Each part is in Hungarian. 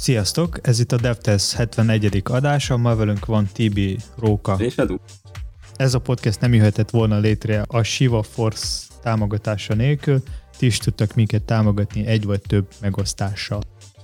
Sziasztok! Ez itt a DevTest 71. adása, ma velünk van Tibi, Róka. És Edu. Ez a podcast nem jöhetett volna létre a Shiva Force támogatása nélkül, ti is tudtak minket támogatni egy vagy több megosztással.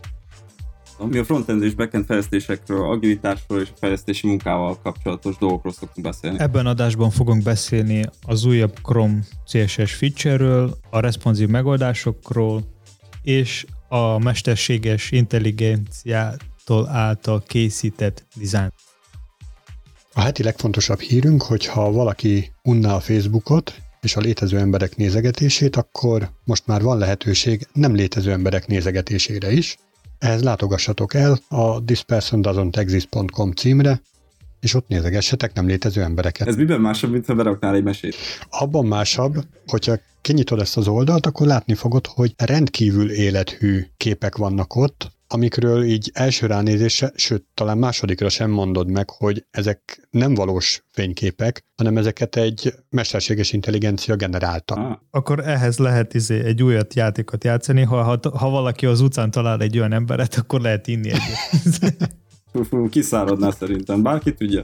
Mi a frontend és backend fejlesztésekről, agilitásról és a fejlesztési munkával kapcsolatos dolgokról szoktunk beszélni. Ebben adásban fogunk beszélni az újabb Chrome CSS feature-ről, a responsív megoldásokról, és a mesterséges intelligenciától által készített dizájn. A heti legfontosabb hírünk, hogyha valaki unná a Facebookot és a létező emberek nézegetését, akkor most már van lehetőség nem létező emberek nézegetésére is. Ehhez látogassatok el a thispersondoesn'texist.com címre, és ott nézegessetek nem létező embereket. Ez miben másabb, mint ha beraknál egy mesét? Abban másabb, hogyha kinyitod ezt az oldalt, akkor látni fogod, hogy rendkívül élethű képek vannak ott, amikről így első ránézésre, sőt, talán másodikra sem mondod meg, hogy ezek nem valós fényképek, hanem ezeket egy mesterséges intelligencia generálta. Akkor ehhez lehet egy újat játékot játszani, ha valaki az utcán talál egy olyan emberet, akkor lehet inni egyet. Kiszáradná szerintem, bárki tudja.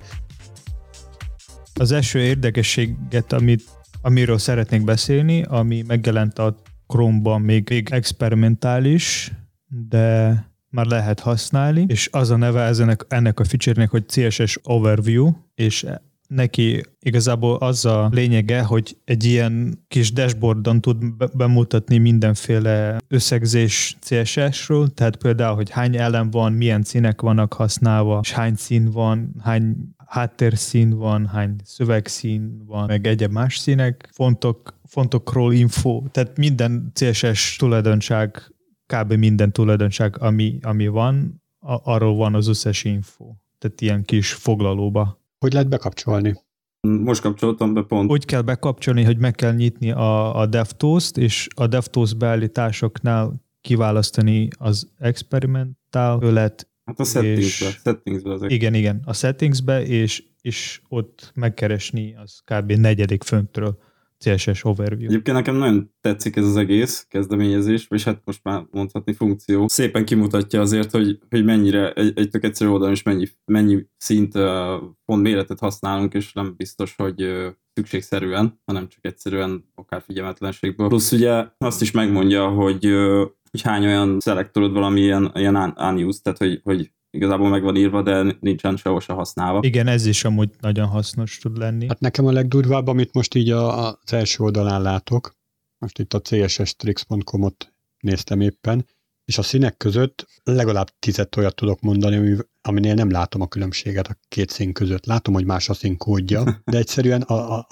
Az első érdekességet, amiről szeretnék beszélni, ami megjelent a Chrome-ban, még experimentális, de már lehet használni, és az a neve ennek a feature-nek, hogy CSS Overview, és neki igazából az a lényege, hogy egy ilyen kis dashboardon tud bemutatni mindenféle összegzés CSS-ről, tehát például, hogy hány elem van, milyen színek vannak használva, és hány szín van, hány háttérszín van, hány szövegszín van, meg egyéb más színek, fontokról info, tehát minden CSS tulajdonság, kb. Minden tulajdonság, ami van, arról van az összes info. Tehát ilyen kis foglalóba. Hogy lehet bekapcsolni? Most kapcsoltam be pont. Úgy kell bekapcsolni, hogy meg kell nyitni a DevTools-t, és a DevTools beállításoknál kiválasztani az experimentál ölet. Hát a settingsbe azok. Igen, a settingsbe, és ott megkeresni az kb. 4. föntről. CSS Overview. Egyébként nekem nagyon tetszik ez az egész kezdeményezés, és hát most már mondhatni funkció. Szépen kimutatja azért, hogy mennyire egy tök egyszerű oldalon is mennyi szint pont méretet használunk, és nem biztos, hogy szükségszerűen, hanem csak egyszerűen akár figyelmetlenségből. Plusz ugye azt is megmondja, hogy hány olyan szelektorod valami ilyen unused, tehát hogy igazából meg van írva, de nincsen sehol se használva. Igen, ez is amúgy nagyon hasznos tud lenni. Hát nekem a legdurvább, amit most így az első oldalán látok, most itt a csstrix.com-ot néztem éppen, és a színek között legalább 10 olyat tudok mondani, aminél nem látom a különbséget a két szín között. Látom, hogy más a színkódja, de egyszerűen a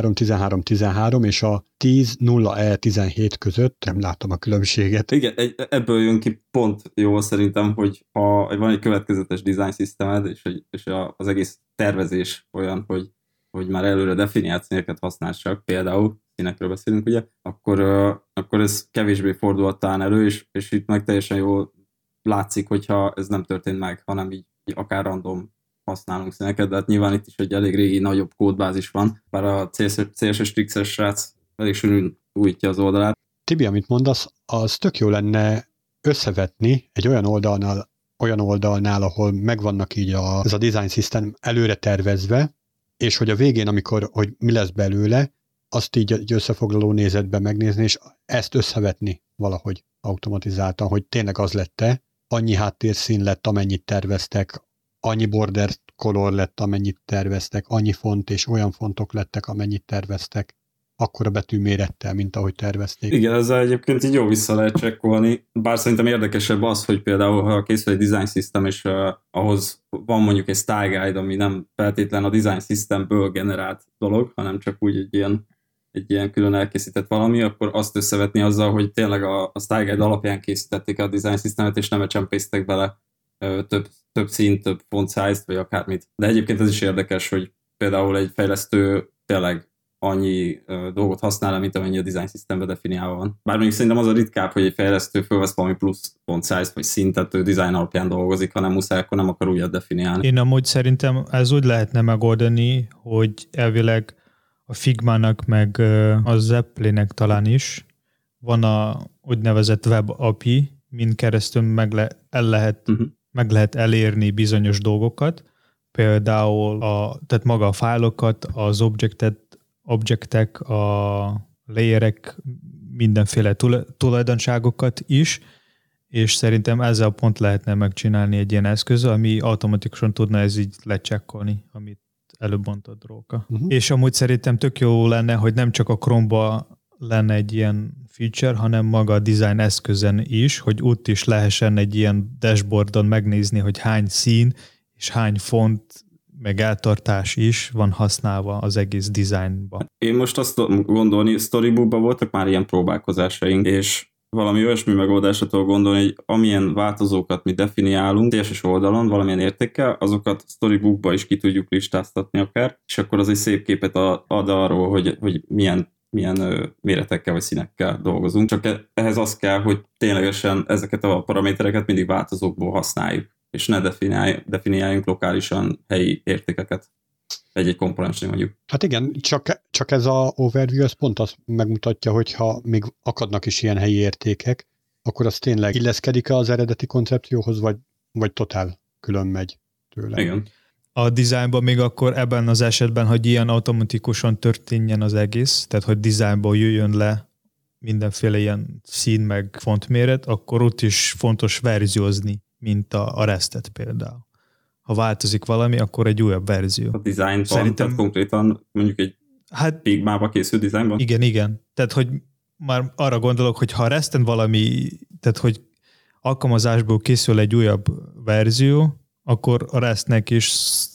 13-13-13 és a 10-0-E-17 között nem látom a különbséget. Igen, ebből jön ki pont jól szerintem, hogy ha van egy következetes design szisztemed, és az egész tervezés olyan, hogy már előre definiált színeket használsz csak, például színekről beszélünk, ugye, akkor ez kevésbé fordulhat talán elő, és itt meg teljesen jól látszik, hogyha ez nem történt meg, hanem így akár random használunk színeket, de hát nyilván itt is egy elég régi, nagyobb kódbázis van, bár a CSS-Trix-es srác elég sűrűn újítja az oldalát. Tibi, amit mondasz, az tök jó lenne összevetni egy olyan oldalnál, ahol megvannak így ez a design system előre tervezve, és hogy a végén, hogy mi lesz belőle, azt így egy összefoglaló nézetben megnézni, és ezt összevetni valahogy automatizáltan, hogy tényleg az lett-e, annyi háttérszín lett, amennyit terveztek, annyi border color lett, amennyit terveztek, annyi font és olyan fontok lettek, amennyit terveztek, akkora betűmérettel, mint ahogy tervezték. Igen, ezzel egyébként így jó vissza lehet csekkolni, bár szerintem érdekesebb az, hogy például, ha készül egy design system, és ahhoz van mondjuk egy style guide, ami nem feltétlen a design systemből generált dolog, hanem csak úgy egy ilyen külön elkészített valami, akkor azt összevetni azzal, hogy tényleg a style guide alapján készítették a design systemet, és nem csempésztek bele több szín, több font size-t, vagy akármit. De egyébként ez is érdekes, hogy például egy fejlesztő tényleg annyi dolgot használ, mint amennyi a design systemben definiálva van. Bár mondjuk szerintem az a ritkább, hogy egy fejlesztő fölvesz valami plusz font size vagy szintet, ő design alapján dolgozik, hanem muszáj, akkor nem akar újat definiálni. Én amúgy szerintem ez úgy lehetne megoldani, hogy elvileg a Figmának meg a Zeppelinnek talán is van a úgynevezett web API, min keresztül meg lehet elérni bizonyos dolgokat, például tehát maga a fájlokat, az objektek, a layerek, mindenféle tulajdonságokat is, és szerintem ezzel pont lehetne megcsinálni egy ilyen eszköz, ami automatikusan tudna ez így lecsekkolni, amit előbb mondtad, Róka. És amúgy szerintem tök jó lenne, hogy nem csak a Chrome-ba lenne egy ilyen feature, hanem maga a design eszközön is, hogy ott is lehessen egy ilyen dashboardon megnézni, hogy hány szín és hány font, meg eltartás is van használva az egész designban. Én most azt gondolni, Storybookban voltak már ilyen próbálkozásaink, és valami olyasmi megoldásra tudok gondolni, hogy amilyen változókat mi definiálunk CSS oldalon valamilyen értékkel, azokat Storybookba is ki tudjuk listáztatni akár, és akkor az egy szép képet ad arról, hogy milyen méretekkel vagy színekkel dolgozunk. Csak ehhez az kell, hogy ténylegesen ezeket a paramétereket mindig változókból használjuk, és ne definiáljunk lokálisan helyi értékeket egy-egy komponensnél mondjuk. Hát igen, csak ez a overview, ez pont azt megmutatja, hogyha még akadnak is ilyen helyi értékek, akkor az tényleg illeszkedik-e az eredeti koncepcióhoz, vagy totál külön megy tőle. Igen. A designban még akkor ebben az esetben, hogy ilyen automatikusan történjen az egész, tehát hogy designból jöjjön le mindenféle ilyen szín meg fontméret, akkor ott is fontos verziózni, mint a restet például. Ha változik valami, akkor egy újabb verzió. A designban, szerintem tehát konkrétan mondjuk egy Figmába készült designban? Igen. Tehát, hogy már arra gondolok, hogy ha a resten valami, tehát, hogy alkalmazásból készül egy újabb verzió, akkor a restnek is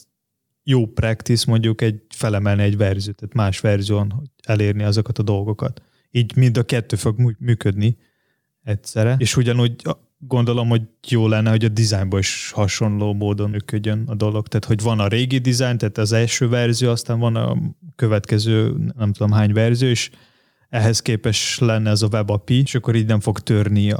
jó practice mondjuk felemelni egy verziót, tehát más verzión, hogy elérni azokat a dolgokat. Így mind a kettő fog működni egyszerre, és ugyanúgy gondolom, hogy jó lenne, hogy a designban is hasonló módon működjön a dolog. Tehát, hogy van a régi design, tehát az első verzió, aztán van a következő, nem tudom hány verzió, és ehhez képes lenne ez a web API, és akkor így nem fog törni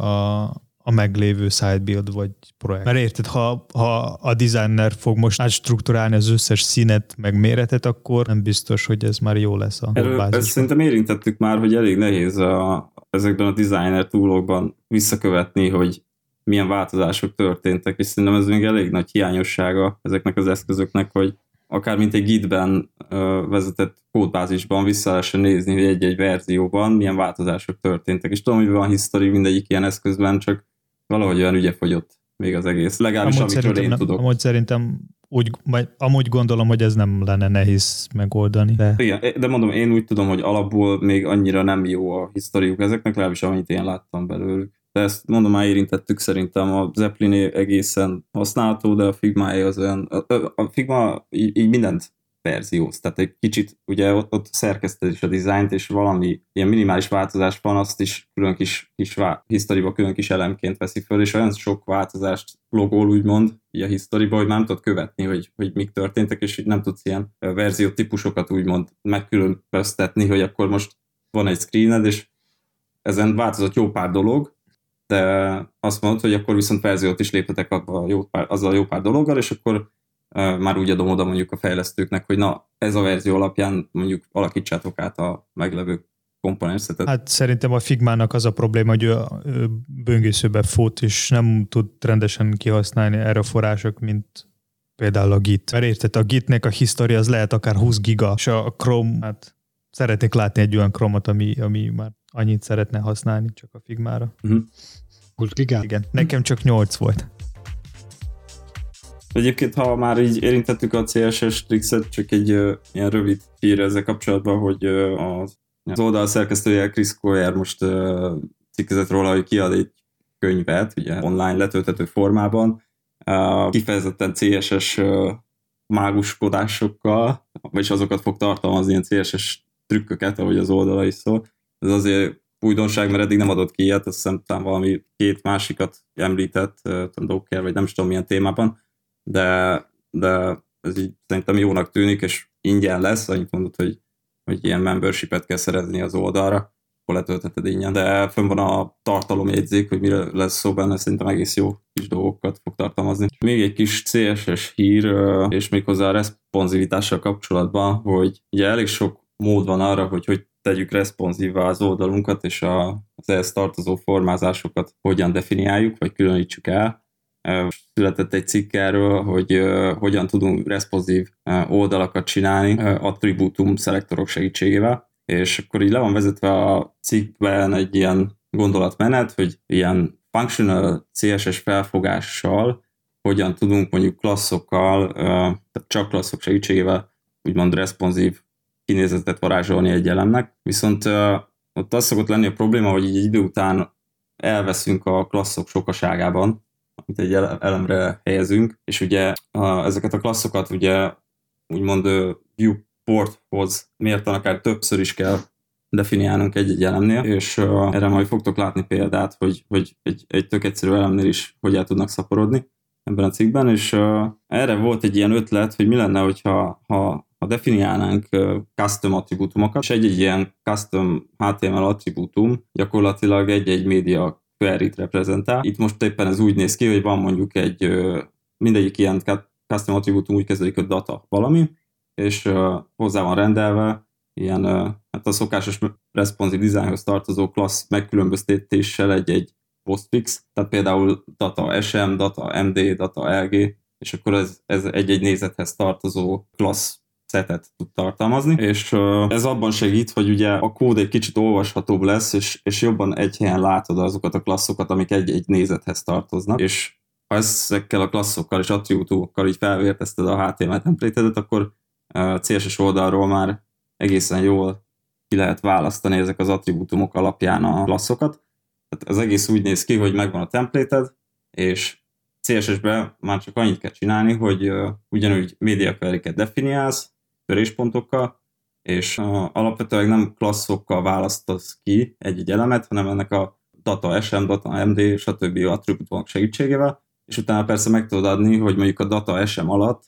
a meglévő sidebuild vagy projekt. Mert érted, ha a designer fog most átstruktúrálni az összes színet, meg méretet, akkor nem biztos, hogy ez már jó lesz a bázisban. Ezt szerintem érintettük már, hogy elég nehéz ezekben a designer toolokban visszakövetni, hogy milyen változások történtek, és szerintem ez még elég nagy hiányossága ezeknek az eszközöknek, hogy akár mint egy Gitben vezetett kódbázisban vissza lehessen nézni, hogy egy-egy verzióban milyen változások történtek. És tudom, hogy van history mindegyik ilyen eszközben, csak valahogy olyan ügye fogyott még az egész. Legalábbis amikről én tudok. Amúgy szerintem amúgy gondolom, hogy ez nem lenne nehéz megoldani. Igen, de mondom, én úgy tudom, hogy alapból még annyira nem jó a historiuk ezeknek, legalábbis amennyit én láttam belőlük. De ezt mondom, már érintettük, szerintem a Zeppelin egészen használható, de a Figma az olyan, a Figma így mindent verzióz, tehát egy kicsit ugye ott szerkeszted is a dizájnt, és valami ilyen minimális változás van, azt is külön kis historyba külön kis elemként veszi föl, és olyan sok változást logol úgymond így a historyba, hogy nem tudod követni, hogy mik történtek, és nem tudsz ilyen verzió típusokat úgymond megkülönböztetni, hogy akkor most van egy screened, és ezen változott jó pár dolog, de azt mondod, hogy akkor viszont verziót is léptetek azzal a jó pár dologgal, és akkor már úgy adom oda mondjuk a fejlesztőknek, hogy na, ez a verzió alapján mondjuk alakítsátok át a meglevő komponensetet. Hát szerintem a Figmának az a probléma, hogy ő böngészőbe fut, és nem tud rendesen kihasználni erre a források, mint például a Git. Mert érted, a Gitnek a history az lehet akár 20 giga, és a Chrome, hát szeretnék látni egy olyan Chrome-ot, ami már annyit szeretne használni csak a Figmára. 20 gigát? Igen, nekem csak 8 volt. Egyébként, ha már így érintettük a CSS trixet, csak egy ilyen rövid hír ezzel kapcsolatban, hogy az oldal szerkesztője Chris Coyier most cikkezett róla, hogy kiad egy könyvet, ugye online letölthető formában, kifejezetten CSS máguskodásokkal, vagyis azokat fog tartalmazni, ilyen CSS trükköket, ahogy az oldala is szól. Ez azért újdonság, mert eddig nem adott ki ilyet, azt hiszem talán valami 2 másikat említett, Docker, vagy nem is tudom milyen témában, de ez így szerintem jónak tűnik, és ingyen lesz, annyit mondod, hogy ilyen membership-et kell szerezni az oldalra, akkor letöltheted ingyen, de fönn van a tartalomjegyzék, hogy mire lesz szó benne, szerintem egész jó kis dolgokat fog tartalmazni. Még egy kis CSS hír, és méghozzá a responsivitással kapcsolatban, hogy ugye elég sok mód van arra, hogy tegyük responsívvá az oldalunkat, és a az ehhez tartozó formázásokat hogyan definiáljuk, vagy különítsük el. Született egy cikk erről, hogy hogyan tudunk responsív oldalakat csinálni attribútum szelektorok segítségével, és akkor így le van vezetve a cikkben egy ilyen gondolatmenet, hogy ilyen functional CSS felfogással hogyan tudunk mondjuk klasszokkal, tehát csak klasszok segítségével úgymond responsív kinézetet varázsolni egy elemnek, viszont ott az szokott lenni a probléma, hogy így egy idő után elveszünk a klasszok sokaságában, amit egy elemre helyezünk, és ugye ezeket a klasszokat ugye úgymond viewporthoz mérten akár többször is kell definiálnunk egy elemnél, és erre majd fogtok látni példát, hogy egy tök egyszerű elemnél is hogy el tudnak szaporodni ebben a cikkben, és erre volt egy ilyen ötlet, hogy mi lenne, hogyha definiálnánk custom attribútumokat, és egy ilyen custom HTML attribútum gyakorlatilag egy média query-t reprezentál. Itt most éppen ez úgy néz ki, hogy van mondjuk mindegyik ilyen custom attribútum úgy kezdődik, hogy data valami, és hozzá van rendelve ilyen, hát a szokásos responsive designhoz tartozó klassz megkülönböztetéssel egy postfix, tehát például data SM, data MD, data LG, és akkor ez egy nézethez tartozó klassz szetet tud tartalmazni, és ez abban segít, hogy ugye a kód egy kicsit olvashatóbb lesz, és jobban egy helyen látod azokat a klasszokat, amik egy nézethez tartoznak, és ha ezekkel a klasszokkal és attribútumokkal így felvértezted a HTML template-edet, akkor CSS oldalról már egészen jól ki lehet választani ezek az attribútumok alapján a klasszokat. Tehát az egész úgy néz ki, hogy megvan a template-ed, és CSS-ben már csak annyit kell csinálni, hogy ugyanúgy media query-ket definiálsz, töréspontokkal, és alapvetően nem klasszokkal választasz ki egy elemet, hanem ennek a data SM, data MD, stb. Attribútumok segítségével, és utána persze meg tudod adni, hogy mondjuk a data SM alatt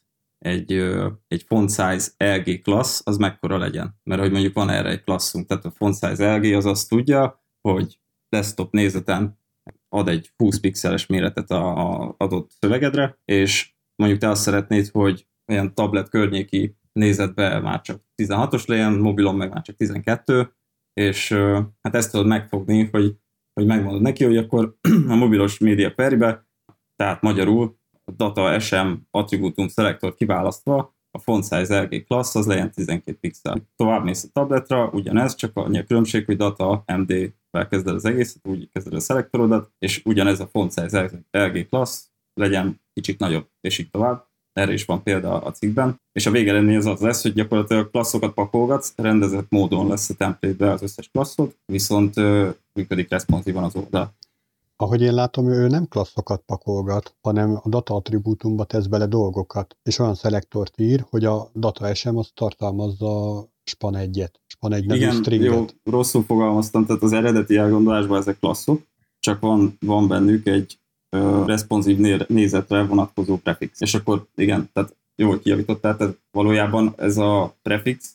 egy font size LG klassz, az mekkora legyen. Mert hogy mondjuk van erre egy klasszunk, tehát a font size LG az azt tudja, hogy desktop nézeten ad egy 20 pixeles méretet az adott szövegedre, és mondjuk te azt szeretnéd, hogy olyan tablet környéki nézetben már csak 16-os legyen, mobilon meg már csak 12, és hát ezt tudod megfogni, hogy megmondod neki, hogy akkor a mobilos média querybe, tehát magyarul a data SM attribútum szelektor kiválasztva, a font size LG class az legyen 12 pixel. Tovább mész a tabletra, ugyanez, csak annyi a különbség, hogy data MD-vel kezded az egészet, úgy kezded a szelektorodat, és ugyanez a font size LG class legyen kicsit nagyobb, és így tovább. Erre is van példa a cikkben. És a végeredmény az lesz, hogy gyakorlatilag klasszokat pakolgatsz, rendezett módon lesz a template-be az összes klasszod, viszont működik responsívan az oldal. Ahogy én látom, ő nem klasszokat pakolgat, hanem a data attribútumba tesz bele dolgokat, és olyan szelektort ír, hogy a data SM az tartalmazza span 1-et, span 1 nevű stringet. Jó, rosszul fogalmaztam, tehát az eredeti elgondolásban ezek klasszok, csak van bennük egy responsív nézetre vonatkozó prefix. És akkor igen, tehát jól kijavítottál, tehát valójában ez a prefix,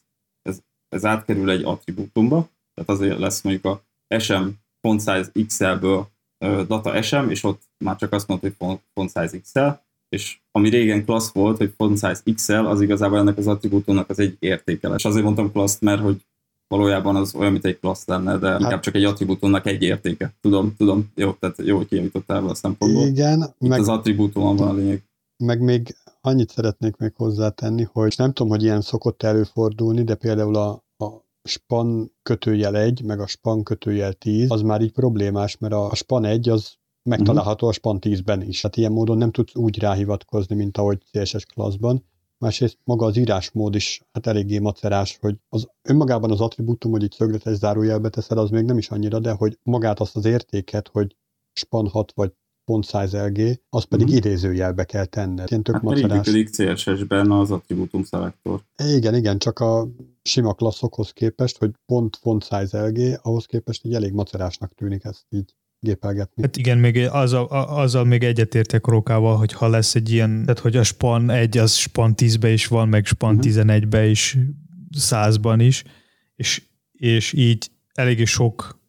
ez átkerül egy attribútumba, tehát azért lesz mondjuk a SM font size XL-ből data SM, és ott már csak azt mondta, hogy font size XL, és ami régen class volt, hogy font size XL, az igazából ennek az attribútumnak az egy értéke. És azért mondtam class, mert hogy valójában az olyan, mint egy class lenne, de inkább csak egy attribútumnak egy értéke. Tudom. Jó, tehát jó, hogy kijavítottál ebből a szempontból. Igen. Itt az attribútumon van a lényeg. Meg még annyit szeretnék még hozzátenni, hogy nem tudom, hogy ilyen szokott előfordulni, de például a span kötőjel 1, meg a span kötőjel 10, az már így problémás, mert a span 1 az megtalálható a span 10-ben is. Hát ilyen módon nem tudsz úgy ráhivatkozni, mint ahogy CSS classban. Másrészt maga az írásmód is hát eléggé macerás, hogy az önmagában az attribútum, hogy így szögletes zárójelbe teszed, az még nem is annyira, de hogy magát azt az értéket, hogy span 6 vagy font size LG, az pedig idézőjelbe kell tenned. Ilyen tök hát macerás. pedig CSS-ben az attribútum szelektor. Igen, csak a sima klasszokhoz képest, hogy pont font size LG, ahhoz képest így elég macerásnak tűnik ezt így gépelgetni. Hát igen, még azzal még egyetértek Rókával, hogy ha lesz egy ilyen, tehát hogy a span 1 az span 10-be is van, meg span 11-be is, 100-ban is, és így eléggé sok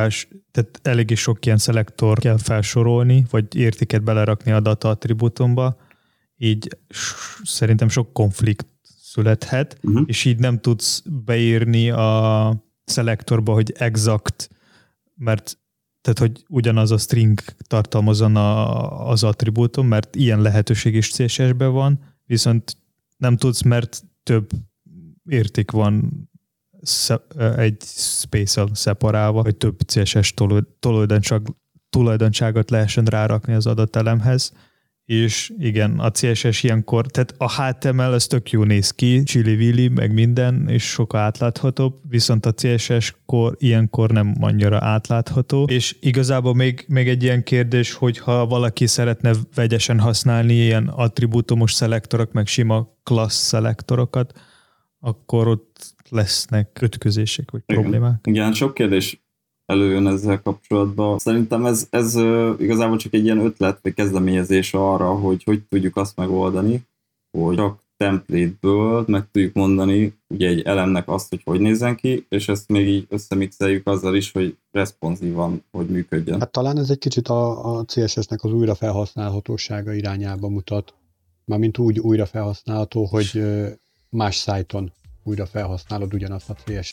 ilyen szelektor kell felsorolni, vagy értéket belerakni a data attribútumba, így szerintem sok konflikt születhet, és így nem tudsz beírni a szelektorba, hogy exakt, mert tehát hogy ugyanaz a string tartalmazon az attribútum, mert ilyen lehetőség is CSS-ben van, viszont nem tudsz, mert több érték van egy space-el szeparálva, hogy több CSS tulajdonságot lehessen rárakni az adatelemhez, és igen, a CSS ilyenkor, tehát a HTML ez tök jó néz ki, csili-vili, meg minden, és sokkal átláthatóbb, viszont a CSS ilyenkor nem annyira átlátható, és igazából még egy ilyen kérdés, hogy ha valaki szeretne vegyesen használni ilyen attribútumos szelektorok, meg sima class szelektorokat, akkor ott lesznek ütközések, vagy problémák. Igen, sok kérdés előjön ezzel kapcsolatban. Szerintem ez igazából csak egy ilyen ötlet, vagy kezdeményezés arra, hogy tudjuk azt megoldani, hogy csak template-ből meg tudjuk mondani ugye egy elemnek azt, hogy nézzen ki, és ezt még így összemixeljük azzal is, hogy responsívan, hogy működjön. Hát talán ez egy kicsit a CSS-nek az újrafelhasználhatósága irányába mutat. Mármint úgy újra felhasználható, hogy más szájton újra felhasználod ugyanazt a CSS.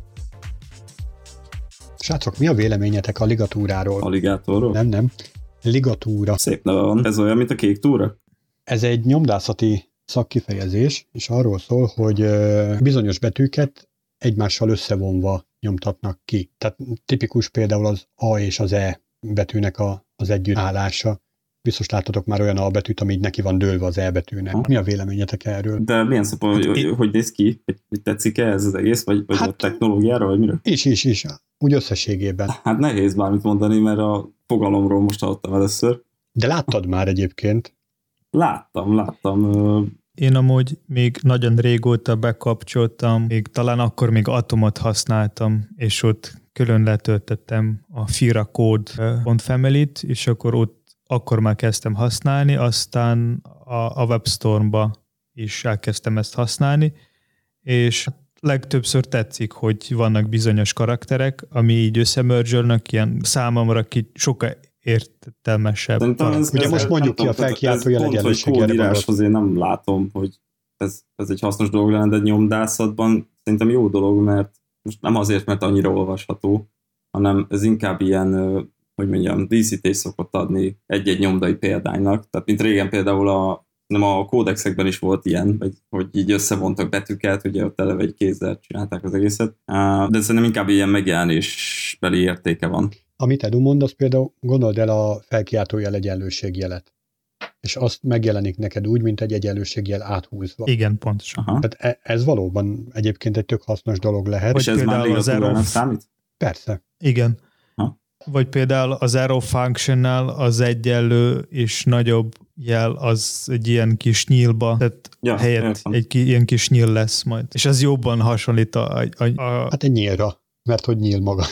Srácok, mi a véleményetek a ligatúráról? Aligátorról? Nem. Ligatúra. Szép neve van. Ez olyan, mint a kék túra? Ez egy nyomdászati szakkifejezés, és arról szól, hogy bizonyos betűket egymással összevonva nyomtatnak ki. Tehát tipikus például az A és az E betűnek az együttállása. Biztos láttatok már olyan A betűt, ami így neki van dőlve az E betűnek. Mi a véleményetek erről? De milyen szempont, hogy néz ki? Hogy tetszik-e ez az egész? Vagy hát, a technológiára, vagy miről? Is. Úgy összességében. Hát nehéz bármit mondani, mert a fogalomról most hallottam először. De láttad már egyébként? Láttam. Én amúgy még nagyon régóta bekapcsoltam, talán akkor még Atomot használtam, és ott külön letöltöttem a Fira Code.family-t, és akkor már kezdtem használni, aztán a WebStorm-ba is elkezdtem ezt használni, és legtöbbször tetszik, hogy vannak bizonyos karakterek, ami így összemerge-ölnek, ilyen számomra sokkal értelmesebb. Ugye most mondjuk ki a felkiáltójel egyenlőség. Pont, hogy kódíráshoz én nem látom, hogy ez egy hasznos dolog lenne, de nyomdászatban szerintem jó dolog, mert most nem azért, mert annyira olvasható, hanem ez inkább ilyen, hogy mondjam, díszítés szokott adni egy-egy nyomdai példánynak. Tehát mint régen például a kódexekben is volt ilyen, hogy így összevontak betűket, ugye ott eleve egy kézzel csinálták az egészet, de szerintem inkább ilyen megjelenésbeli értéke van. Amit Edu mond, az például gondold el a felkiáltójel egyenlőségjelet, és azt megjelenik neked úgy, mint egy egyenlőségjel áthúzva. Igen, pontosan. Aha. Tehát ez valóban egyébként egy tök hasznos dolog lehet. És ez már ligatúrának számít? Persze. Igen. Vagy például az arrow functionnál az egyenlő és nagyobb jel az egy ilyen kis nyílba, tehát helyett egy ilyen kis nyíl lesz majd. És ez jobban hasonlít Hát egy nyílra, mert hogy nyíl maga.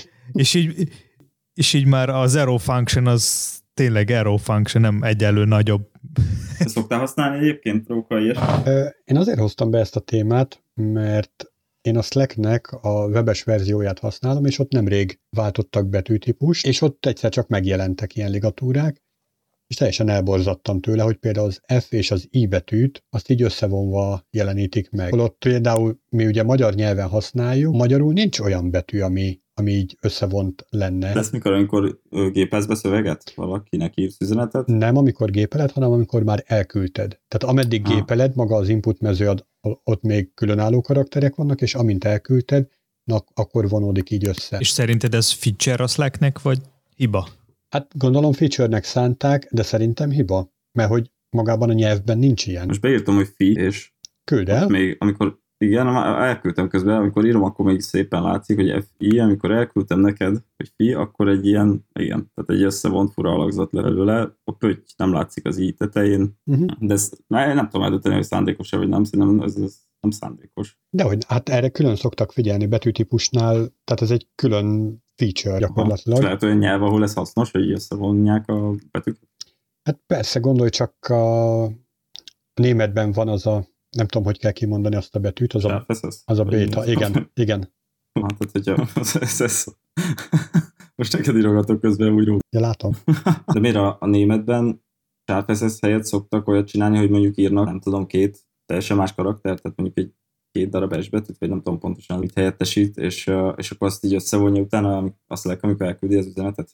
És így már az arrow function az tényleg arrow function, nem egyenlő nagyobb. Ezt szoktál használni egyébként, Róka, Én azért hoztam be ezt a témát, mert én a Slacknek a webes verzióját használom, és ott nemrég váltottak betűtípus, és ott egyszer csak megjelentek ilyen ligatúrák, és teljesen elborzadtam tőle, hogy például az F és az I betűt azt így összevonva jelenítik meg. Holott például mi ugye magyar nyelven használjuk, magyarul nincs olyan betű, ami így összevont lenne. Lesz mikor, amikor gépelsz be szöveget? Valakinek írsz üzenetet? Nem, amikor gépeled, hanem amikor már elküldted. Tehát ameddig gépeled, maga az input mező, ott még különálló karakterek vannak, és amint elküldted, akkor vonódik így össze. És szerinted ez feature a Slacknek, vagy hiba? Hát gondolom feature-nek szánták, de szerintem hiba. Mert hogy magában a nyelvben nincs ilyen. Most beírtam, hogy fi, és küld el. Még amikor igen, elküldtem közben, amikor írom, akkor még szépen látszik, hogy FI, amikor elküldtem neked, hogy fi, akkor egy ilyen, igen, tehát egy összevont fura alakzat le belőle, a pötty nem látszik az i tetején, de ezt nem tudom eldönteni, hogy szándékos-e, vagy nem, szerintem ez nem szándékos. Dehogy, hát erre külön szoktak figyelni betűtípusnál, tehát ez egy külön feature gyakorlatilag. Lehet olyan nyelv, ahol ez hasznos, hogy összevonják a betűket? Hát persze, gondolj csak a németben van az a, nem tudom, hogy kell kimondani azt a betűt, az a béta, igen. Hát, hogyha ez most neked írogatok közben újról. Ja, látom. De miért a németben SharpSS helyett szoktak olyat csinálni, hogy mondjuk írnak, nem tudom, két teljesen más karakter, tehát mondjuk két darab S betűt, vagy nem tudom pontosan, mit helyettesít, és akkor azt így összevonja utána, amikor elküldi az üzenetet.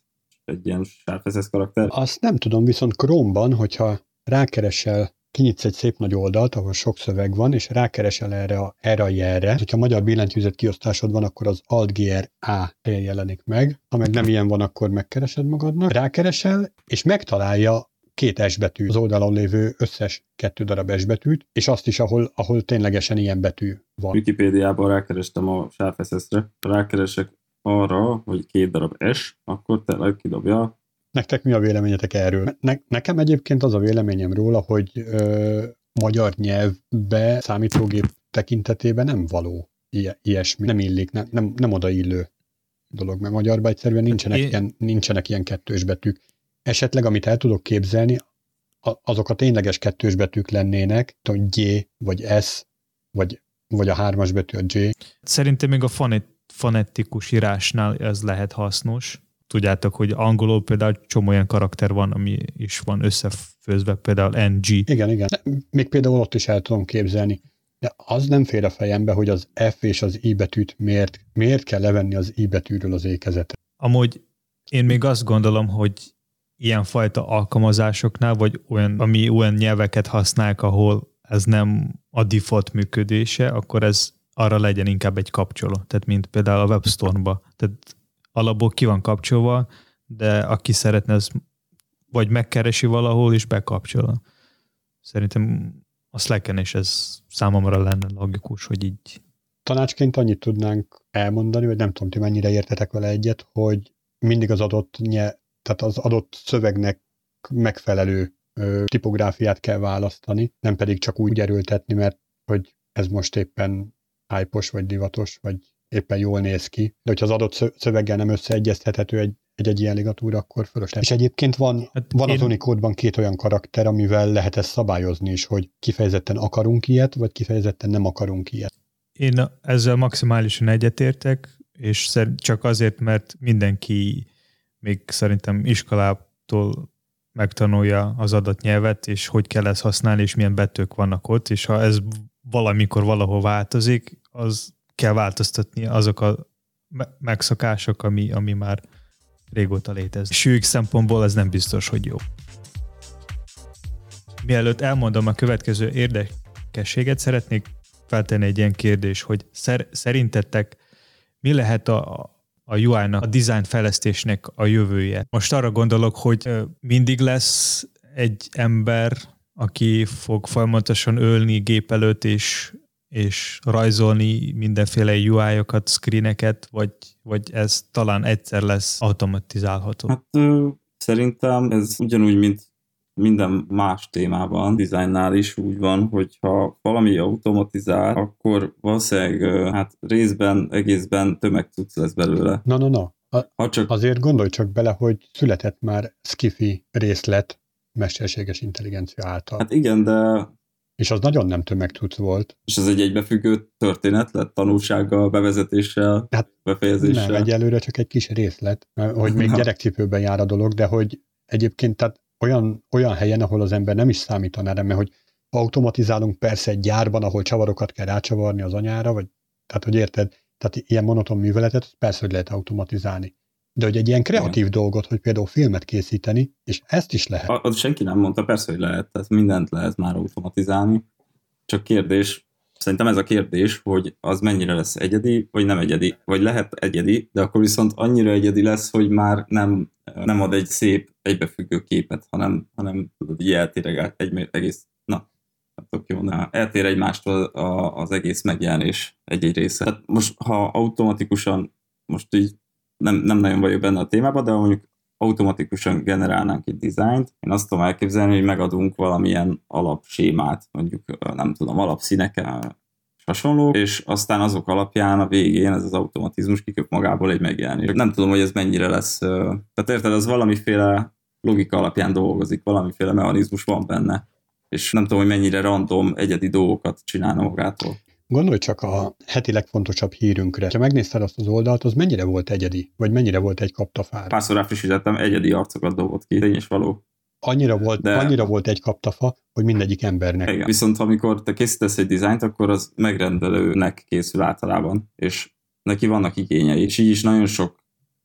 egy ilyen SharpSS karakter? Azt nem tudom, viszont Chrome-ban, hogyha rákeresel, kinyitsz egy szép nagy oldalt, ahol sok szöveg van, és rákeresel erre a jelre, hogyha magyar billentyűzet kiosztásod van, akkor az Alt-GR-A jelenik meg, ha meg nem ilyen van, akkor megkeresed magadnak, rákeresel, és megtalálja 2 S betű, az oldalon lévő összes 2 darab S betűt, és azt is, ahol ténylegesen ilyen betű van. Wikipédiában rákerestem a SharpSS-re, rákeresek arra, hogy 2 darab S, akkor tényleg kidobja. Nektek mi a véleményetek erről? Nekem egyébként az a véleményem róla, hogy magyar nyelvbe, számítógép tekintetében nem való ilyesmi, nem illik, nem odaillő dolog, mert magyarban egyszerűen nincsenek ilyen 2-s betűk. Esetleg, amit el tudok képzelni, azok a tényleges 2-s betűk lennének, G, vagy S, vagy a 3-as betű a J. Szerintem még a fonetikus írásnál ez lehet hasznos. Tudjátok, hogy angolul például csomó olyan karakter van, ami is van összefőzve, például NG. Igen. Még például ott is el tudom képzelni. De az nem fér a fejembe, hogy az F és az I betűt miért kell levenni az I betűről az ékezetet. Amúgy én még azt gondolom, hogy ilyenfajta alkalmazásoknál, vagy olyan nyelveket használják, ahol ez nem a default működése, akkor ez arra legyen inkább egy kapcsoló. Tehát mint például a WebStorm-ba. Tehát alapból ki van kapcsolva, de aki szeretne, ez vagy megkeresi valahol, és bekapcsol. Szerintem a Slacken is ez számomra lenne logikus, hogy így. Tanácsként annyit tudnánk elmondani, vagy nem tudom, ti mennyire értetek vele egyet, hogy mindig az adott tehát az adott szövegnek megfelelő tipográfiát kell választani, nem pedig csak úgy erőltetni, mert hogy ez most éppen hype-os, vagy divatos, vagy éppen jól néz ki. De hogyha az adott szöveggel nem összeegyeztethető egy ilyen ligatúra, akkor fölösleges. És egyébként van az Unicode-ban 2 olyan karakter, amivel lehet ezt szabályozni is, hogy kifejezetten akarunk ilyet, vagy kifejezetten nem akarunk ilyet. Én ezzel maximálisan egyetértek, és csak azért, mert mindenki még szerintem iskolától megtanulja az adott nyelvet, és hogy kell ezt használni, és milyen betűk vannak ott, és ha ez valamikor valahol változik, az kell változtatni azok a megszokások, ami már régóta létezik. És UX szempontból ez nem biztos, hogy jó. Mielőtt elmondom a következő érdekességet, szeretnék feltenni egy ilyen kérdés, hogy szerintetek mi lehet a UI-nak, a design fejlesztésnek a jövője? Most arra gondolok, hogy mindig lesz egy ember, aki fog folyamatosan ülni gép előtt, és rajzolni mindenféle UI-okat, screeneket, vagy ez talán egyszer lesz automatizálható? Hát szerintem ez ugyanúgy, mint minden más témában, dizájnnál is úgy van, hogyha valami automatizál, akkor valószínűleg hát részben, egészben tömegcucc lesz belőle. No. Azért gondolj csak bele, hogy született már skifi részlet mesterséges intelligencia által. Hát igen, de... És az nagyon nem tömegcucc volt. És ez egy egybefüggő történet lett, tanulsággal, bevezetéssel, befejezéssel? Nem, egyelőre csak egy kis részlet, hogy még gyerekcipőben jár a dolog, de hogy egyébként tehát olyan helyen, ahol az ember nem is számítaná rá, mert hogy automatizálunk persze egy gyárban, ahol csavarokat kell rácsavarni az anyára, vagy tehát, hogy érted, tehát ilyen monoton műveletet persze, hogy lehet automatizálni. De hogy egy ilyen kreatív dolgot, hogy például filmet készíteni, és ezt is lehet. Az senki nem mondta, persze, hogy lehet, tehát mindent lehet már automatizálni. Csak kérdés, szerintem ez a kérdés, hogy az mennyire lesz egyedi, vagy nem egyedi. Vagy lehet egyedi, de akkor viszont annyira egyedi lesz, hogy már nem ad egy szép egybefüggő képet, hanem tudod, így eltér egész, eltér egymástól az egész megjelenés egy-egy része. Tehát most, ha automatikusan, most így nem nagyon vagyok benne a témában, de mondjuk automatikusan generálnánk egy dizájnt, én azt tudom elképzelni, hogy megadunk valamilyen alapsémát, mondjuk nem tudom, alapszínekkel és hasonló, és aztán azok alapján a végén ez az automatizmus kiköp magából egy megjelenés. Nem tudom, hogy ez mennyire lesz, tehát érted, az valamiféle logika alapján dolgozik, valamiféle mechanizmus van benne, és nem tudom, hogy mennyire random, egyedi dolgokat csinálna magától. Gondolj csak a heti legfontosabb hírünkre. Ha megnézted azt az oldalt, az mennyire volt egyedi? Vagy mennyire volt egy kaptafár? Párszor ráfrissítettem, egyedi arcokat dobott ki, tény és való. Annyira volt egy kaptafa, hogy mindegyik embernek. Igen. Viszont amikor te készítesz egy dizájnt, akkor az megrendelőnek készül általában, és neki vannak igényei. És így is nagyon sok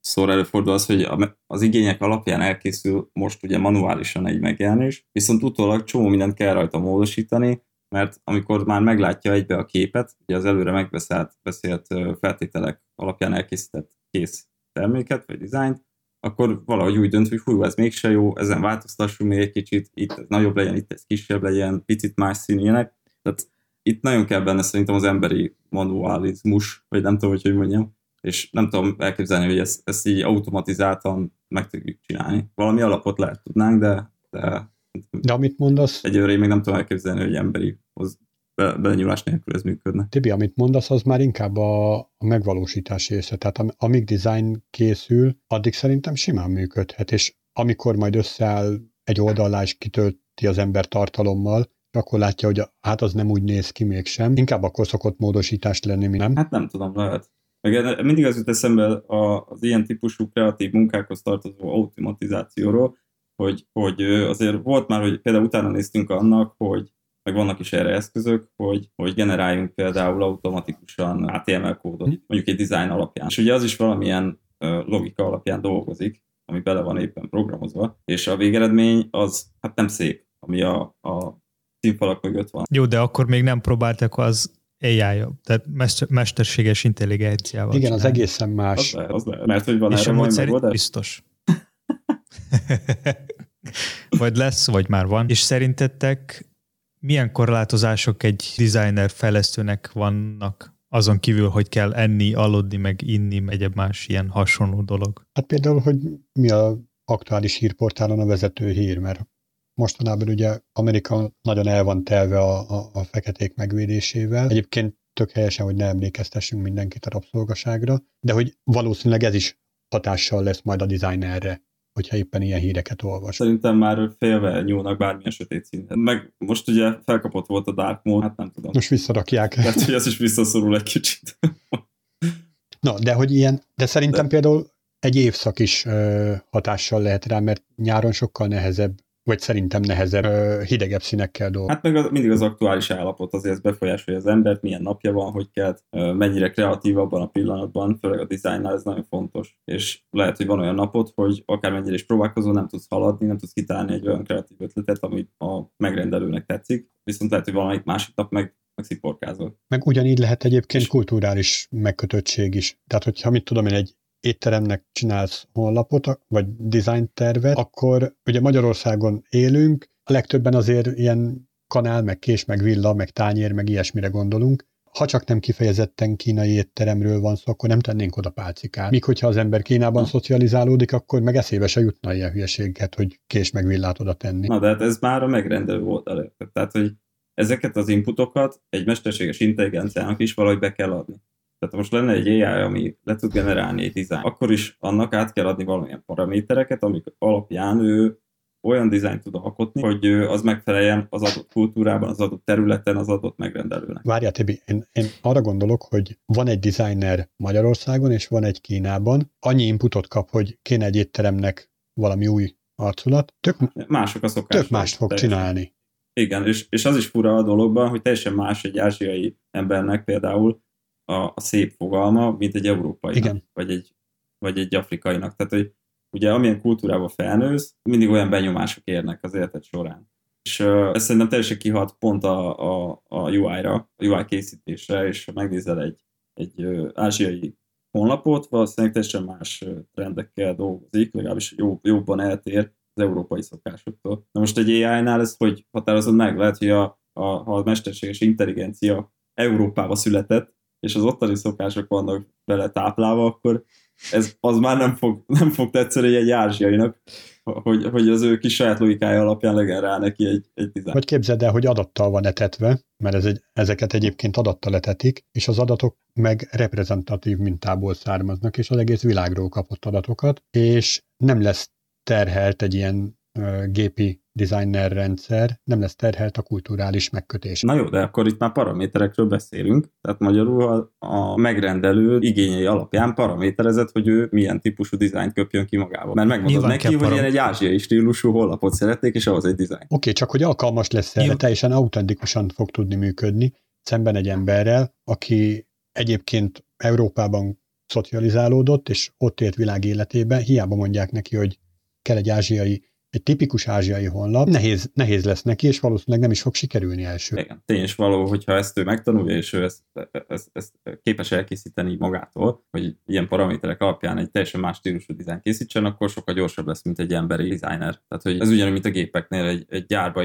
szor előfordul az, hogy az igények alapján elkészül most ugye manuálisan egy megjelenés, viszont utólag csomó mindent kell rajta módosítani, mert amikor már meglátja egybe a képet, ugye az előre megbeszélt feltételek alapján elkészített kész terméket, vagy dizájnt, akkor valahogy úgy dönt, hogy hú, ez mégse jó, ezen változtassunk még egy kicsit, itt ez nagyobb legyen, itt ez kisebb legyen, picit más színűnek. Tehát itt nagyon kell benne szerintem az emberi manualizmus, vagy nem tudom, hogy mondjam, és nem tudom elképzelni, hogy ezt így automatizáltan meg tudjuk csinálni. Valami alapot lehet tudnánk, de amit mondasz... Egyőre én még nem tudom elképzelni, hogy emberi belenyúlás nélkül ez működne. Tibi, amit mondasz, az már inkább a megvalósítás része. Tehát amíg design készül, addig szerintem simán működhet, és amikor majd összeáll egy oldallá és kitölti az ember tartalommal, akkor látja, hogy hát az nem úgy néz ki mégsem. Inkább akkor szokott módosítást lenni, mi nem? Hát nem tudom, lehet. Meg mindig az jut eszembe az ilyen típusú kreatív munkákhoz tartozó automatizációról, hogy azért volt már, hogy például utána néztünk annak, hogy meg vannak is erre eszközök, hogy generáljunk például automatikusan HTML kódot, mondjuk egy design alapján. És ugye az is valamilyen logika alapján dolgozik, ami bele van éppen programozva, és a végeredmény az hát nem szép, ami a színfalak mögött van. Jó, de akkor még nem próbáltak az AI-ja, tehát mesterséges intelligenciával. Igen, az egészen más. Az lehet, mert hogy van és erre majd megoldás? Biztos. Vagy lesz, vagy már van. És szerintetek milyen korlátozások egy designer fejlesztőnek vannak, azon kívül, hogy kell enni, aludni, meg inni, egyéb más ilyen hasonló dolog? Hát például, hogy mi a aktuális hírportálon a vezető hír, mert mostanában ugye Amerika nagyon el van telve a feketék megvédésével. Egyébként tök helyesen, hogy ne emlékeztessünk mindenkit a rabszolgaságra, de hogy valószínűleg ez is hatással lesz majd a designerre, hogyha éppen ilyen híreket olvas. Szerintem már félve nyúlnak bármilyen sötét színhez. Meg most ugye felkapott volt a dark mode, hát nem tudom. Most visszarakják. Tehát, hogy ez is visszaszorul egy kicsit. Na, de hogy ilyen, de szerintem például egy évszak is hatással lehet rá, mert nyáron sokkal nehezebb, vagy szerintem nehezebb, hidegebb színekkel dolgozni. Hát meg mindig az aktuális állapot azért ez befolyásolja az embert, milyen napja van, hogy kell, mennyire kreatív abban a pillanatban, főleg a dizájnnál ez nagyon fontos. És lehet, hogy van olyan napot, hogy akármennyire is próbálkozol, nem tudsz haladni, nem tudsz kitálni egy olyan kreatív ötletet, amit a megrendelőnek tetszik, viszont lehet, hogy valamelyik másik nap meg sziporkázol. Meg ugyanígy lehet egyébként kulturális megkötöttség is. Tehát, hogyha mit tudom én, egy étteremnek csinálsz honlapot, vagy design tervet, akkor ugye Magyarországon élünk, a legtöbben azért ilyen kanál, meg kés, meg villa, meg tányér, meg ilyesmire gondolunk. Ha csak nem kifejezetten kínai étteremről van szó, akkor nem tennénk oda pálcikát. Míg hogyha az ember Kínában szocializálódik, akkor meg eszébe se jutna ilyen hülyeséget, hogy kés meg villát oda tenni. Na, de hát ez már a megrendelő oldal. Tehát, hogy ezeket az inputokat egy mesterséges intelligenciának is valahogy be kell adni. Tehát most lenne egy AI, ami le tud generálni egy dizájn, akkor is annak át kell adni valamilyen paramétereket, amik alapján ő olyan dizájnt tud alkotni, hogy az megfeleljen az adott kultúrában, az adott területen, az adott megrendelőnek. Várjál, Tibi, én arra gondolok, hogy van egy designer Magyarországon, és van egy Kínában. Annyi inputot kap, hogy kéne egy étteremnek valami új arculat. Mások a szokások. Tök mást fog csinálni. Igen, és az is fura a dologban, hogy teljesen más egy ázsiai embernek például a szép fogalma, mint egy európainak, vagy egy afrikainak. Tehát, hogy ugye amilyen kultúrában felnősz, mindig olyan benyomások érnek az életed során. És ez szerintem teljesen kihat pont a UI-ra, a UI készítésre, és ha megnézel egy ázsiai honlapot, valószínűleg teljesen más trendekkel dolgozik, legalábbis jobban eltér az európai szokásoktól. Na most egy AI-nál ez hogy határozod meg? Lehet, hogy ha a mesterséges intelligencia Európába született, és az ottani szokások vannak vele táplálva, akkor az már nem fog tetszeni egy ázsiainak, hogy az ő kis saját logikája alapján legenerál neki egy dizájn. Vagy képzeld el, hogy adattal van etetve, mert ezeket egyébként adattal etetik, és az adatok meg reprezentatív mintából származnak, és az egész világról kapott adatokat, és nem lesz terhelt egy ilyen gépi designer rendszer, nem lesz terhelt a kulturális megkötés. Na jó, de akkor itt már paraméterekről beszélünk, tehát magyarul a megrendelő igényei alapján paraméterezett, hogy ő milyen típusú dizájnt köpjön ki magával. Mert megmondod neki, hogy ilyen egy ázsiai stílusú honlapot szeretnék, és ahhoz egy dizájn. Oké, csak hogy alkalmas lesz erre, teljesen autentikusan fog tudni működni, szemben egy emberrel, aki egyébként Európában szocializálódott, és ott élt világ életébe, hiába mondják neki, hogy kell egy tipikus ázsiai honlap, nehéz lesz neki, és valószínűleg nem is fog sikerülni első. Igen, tény is való, hogyha ezt ő megtanulja, és ő ezt képes elkészíteni magától, hogy ilyen paraméterek alapján egy teljesen más stílusú dizájn készítsen, akkor sokkal gyorsabb lesz, mint egy emberi designer. Tehát, hogy ez ugyanúgy, mint a gépeknél, egy gyárba egy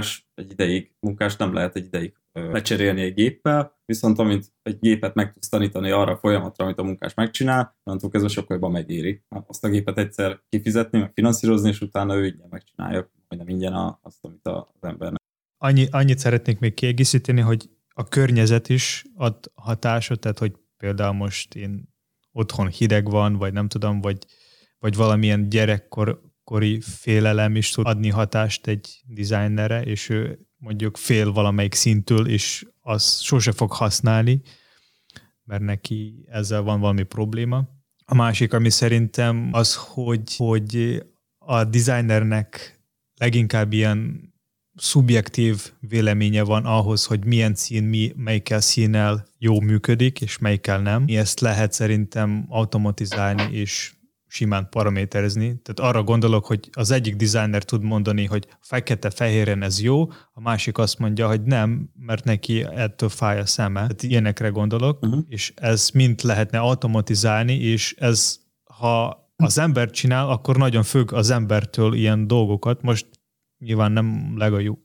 munkás nem lehet egy ideig lecserélni egy géppel, viszont amint egy gépet meg tudsz tanítani arra a folyamatra, amit a munkás megcsinál, onnantól kezdve sokkal jobban megéri. Azt a gépet egyszer kifizetni, meg finanszírozni, és utána ő ingyen megcsinálja, majdnem ingyen azt, amit az embernek. Annyit szeretnék még kiegészíteni, hogy a környezet is ad hatásot, tehát hogy például most én otthon hideg van, vagy nem tudom, vagy valamilyen gyerekkori félelem is tud adni hatást egy designerre, és ő mondjuk fél valamelyik szintől, és azt sose fog használni, mert neki ezzel van valami probléma. A másik, ami szerintem az, hogy a designernek leginkább ilyen szubjektív véleménye van ahhoz, hogy milyen szín, melyikkel színnel jó működik, és melyikkel nem. Ezt lehet szerintem automatizálni, és simán paraméterezni. Tehát arra gondolok, hogy az egyik designer tud mondani, hogy fekete-fehéren ez jó, a másik azt mondja, hogy nem, mert neki ettől fáj a szeme. Tehát ilyenekre gondolok, és ez mind lehetne automatizálni, és ez, ha az ember csinál, akkor nagyon függ az embertől ilyen dolgokat. Most nyilván nem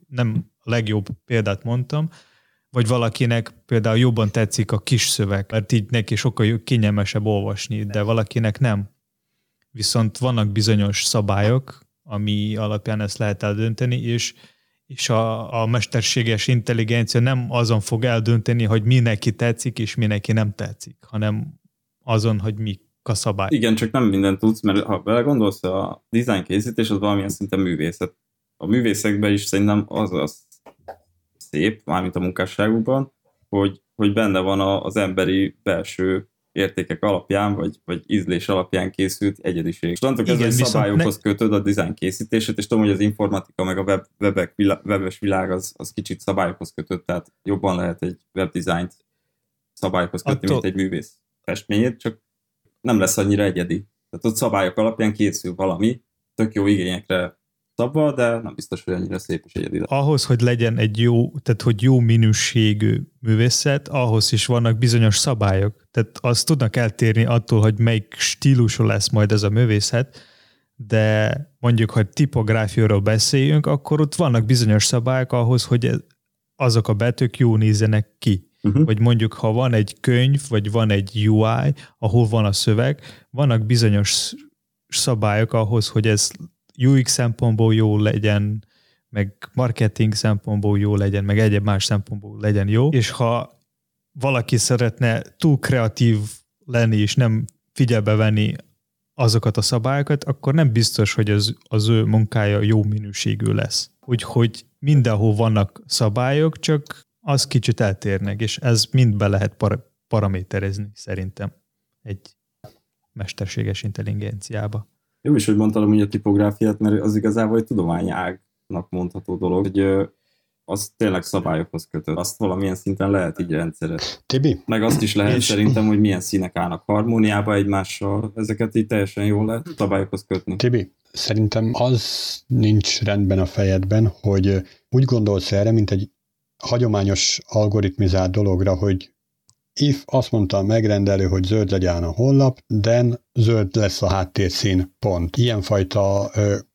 a legjobb példát mondtam, vagy valakinek például jobban tetszik a kis szöveg, mert így neki sokkal kényelmesebb olvasni, de valakinek nem. Viszont vannak bizonyos szabályok, ami alapján ezt lehet eldönteni, és a mesterséges intelligencia nem azon fog eldönteni, hogy mi neki tetszik, és mi neki nem tetszik, hanem azon, hogy mi a szabály. Igen, csak nem mindent tudsz, mert ha belegondolsz, a design készítés az valamilyen szinten művészet. A művészekben is szerintem az szép, mármint a munkásságukban, hogy benne van az emberi belső értékek alapján, vagy ízlés alapján készült egyediség. És tudod, hogy szabályokhoz kötöd a design készítését, és tudom, hogy az informatika meg a webes világ az kicsit szabályokhoz kötött, tehát jobban lehet egy webdesignt szabályokhoz kötni, mint egy művész festményét, csak nem lesz annyira egyedi. Tehát ott szabályok alapján készül valami, tök jó igényekre szabva, de nem biztos, hogy annyira szép és egyedi. Ahhoz, hogy legyen egy jó minőségű művészet, ahhoz is vannak bizonyos szabályok. Tehát azt tudnak eltérni attól, hogy melyik stílusú lesz majd ez a művészet, de mondjuk, hogy tipográfiáról beszéljünk, akkor ott vannak bizonyos szabályok ahhoz, hogy azok a betűk jó nézzenek ki. Vagy mondjuk, ha van egy könyv, vagy van egy UI, ahol van a szöveg, vannak bizonyos szabályok ahhoz, hogy ez UX szempontból jó legyen, meg marketing szempontból jó legyen, meg egyéb más szempontból legyen jó, és ha valaki szeretne túl kreatív lenni, és nem figyelbe venni azokat a szabályokat, akkor nem biztos, hogy az ő munkája jó minőségű lesz. Úgyhogy mindenhol vannak szabályok, csak az kicsit eltérnek, és ez mind be lehet paraméterezni szerintem egy mesterséges intelligenciába. Jó is, hogy mondtam úgy a tipográfiát, mert az igazából egy tudományágnak mondható dolog, hogy az tényleg szabályokhoz kötött. Azt valamilyen szinten lehet így rendszerezni. Tibi? Meg azt is lehet szerintem, hogy milyen színek állnak harmóniába egymással. Ezeket így teljesen jól lehet szabályokhoz kötni. Tibi, szerintem az nincs rendben a fejedben, hogy úgy gondolsz erre, mint egy hagyományos algoritmizált dologra, hogy if azt mondta a megrendelő, hogy zöld legyen a honlap, then zöld lesz a háttérszín, pont. Ilyenfajta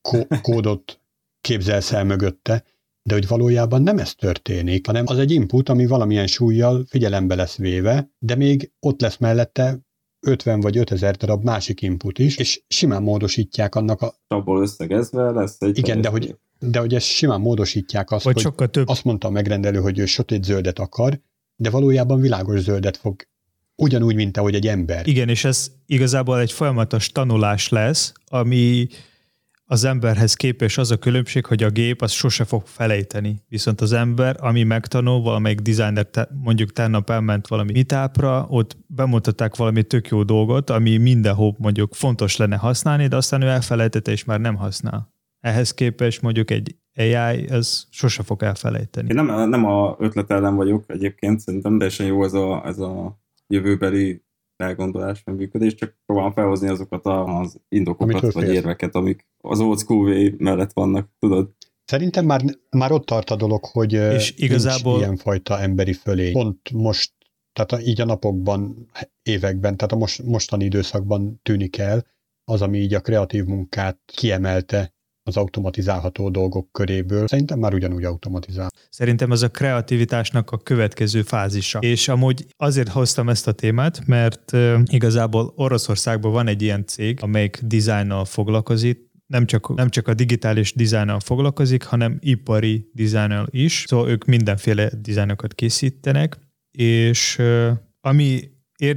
kódot képzelsz el mögötte, de hogy valójában nem ez történik, hanem az egy input, ami valamilyen súllyal figyelembe lesz véve, de még ott lesz mellette 50 vagy 5000 darab másik input is, és simán módosítják annak a... Abból összegezve lesz egy... Igen, de hogy ezt simán módosítják azt, vagy hogy azt mondta a megrendelő, hogy ő sötét zöldet akar, de valójában világos zöldet fog, ugyanúgy, mint ahogy egy ember. Igen, és ez igazából egy folyamatos tanulás lesz, ami az emberhez képest az a különbség, hogy a gép az sose fog felejteni. Viszont az ember, ami megtanul, valamelyik designer mondjuk tegnap elment valami meetupra, ott bemutatták valami tök jó dolgot, ami mindenhol mondjuk fontos lenne használni, de aztán ő elfelejtette és már nem használ. Ehhez képest mondjuk egy AI, ez sose fog elfelejteni. Én nem a ötlet ellen vagyok egyébként, szerintem teljesen jó ez a jövőbeli elgondolás, meg működés, csak próbálom felhozni azokat az indokokat, vagy érveket, amik az old school way mellett vannak, tudod? Szerintem már ott tart a dolog, hogy és igazából nincs ilyenfajta emberi fölény. Pont most, tehát így a napokban, években, tehát a mostani időszakban tűnik el az, ami így a kreatív munkát kiemelte az automatizálható dolgok köréből. Szerintem már ugyanúgy automatizál. Szerintem ez a kreativitásnak a következő fázisa. És amúgy azért hoztam ezt a témát, mert igazából Oroszországban van egy ilyen cég, amelyik dizájnnal foglalkozik, nem csak a digitális dizájnnal foglalkozik, hanem ipari dizájnnal is. Szóval ők mindenféle dizájnokat készítenek, és ami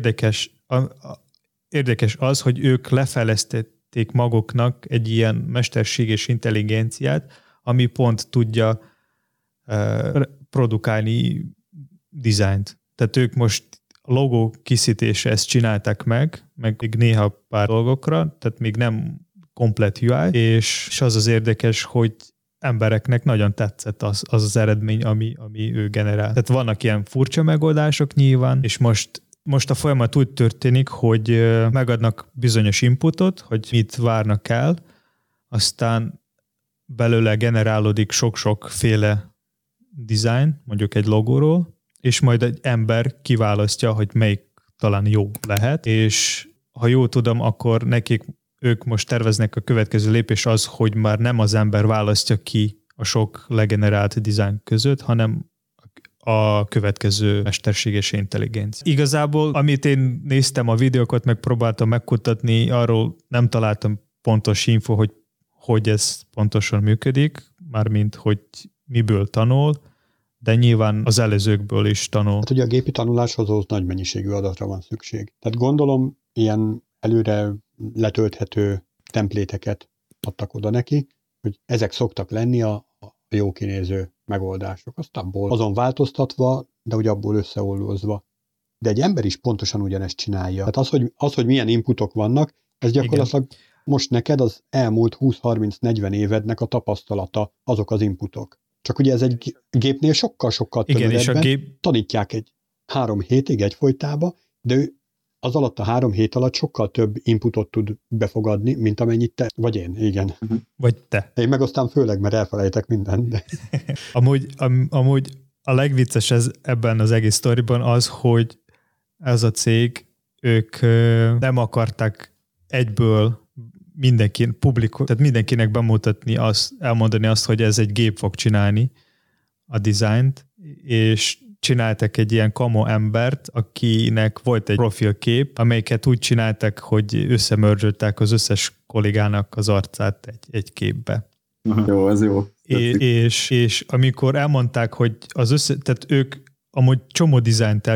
érdekes az, hogy ők lefejlesztették maguknak egy ilyen mesterséges intelligenciát, ami pont tudja produkálni dizájnt. Tehát ők most a logó készítésre ezt csinálták meg még néha pár dolgokra, tehát még nem komplet UI, és az érdekes, hogy embereknek nagyon tetszett az eredmény, ami ő generál. Tehát vannak ilyen furcsa megoldások nyilván, és most a folyamat úgy történik, hogy megadnak bizonyos inputot, hogy mit várnak el, aztán belőle generálódik sok-sokféle design, mondjuk egy logóról, és majd egy ember kiválasztja, hogy melyik talán jó lehet, és ha jól tudom, akkor ők most terveznek a következő lépés az, hogy már nem az ember választja ki a sok legenerált design között, hanem a következő mesterséges intelligencia. Igazából, amit én néztem a videókat, megpróbáltam megkutatni, arról nem találtam pontos info, hogy ez pontosan működik, mármint, hogy miből tanul, de nyilván az előzőkből is tanul. Hát ugye a gépi tanuláshoz ahhoz nagy mennyiségű adatra van szükség. Tehát gondolom, ilyen előre letölthető templéteket adtak oda neki, hogy ezek szoktak lenni a jó kinéző megoldások. Azt abból azon változtatva, de ugye abból összeollózva. De egy ember is pontosan ugyanezt csinálja. Tehát az, hogy milyen inputok vannak, ez gyakorlatilag igen. Most neked az elmúlt 20-30-40 évednek a tapasztalata, azok az inputok. Csak ugye ez egy gépnél sokkal-sokkal tömörebben tanítják egy 3 hétig egyfolytába, de ő az alatt a 3 hét alatt sokkal több inputot tud befogadni, mint amennyit te, vagy én, igen. Vagy te. Én meg aztán főleg, mert elfelejtek mindent. De... amúgy a legvicces ebben az egész sztoriban az, hogy ez a cég, ők nem akarták egyből tehát mindenkinek bemutatni elmondani azt, hogy ez egy gép fog csinálni a dizájnt, és csináltak egy ilyen kamo embert, akinek volt egy profilkép, amelyiket úgy csináltak, hogy összemörzsöltek az összes kollégának az arcát egy képbe. Jó, ez jó. És amikor elmondták, hogy tehát ők amúgy csomó dizájnt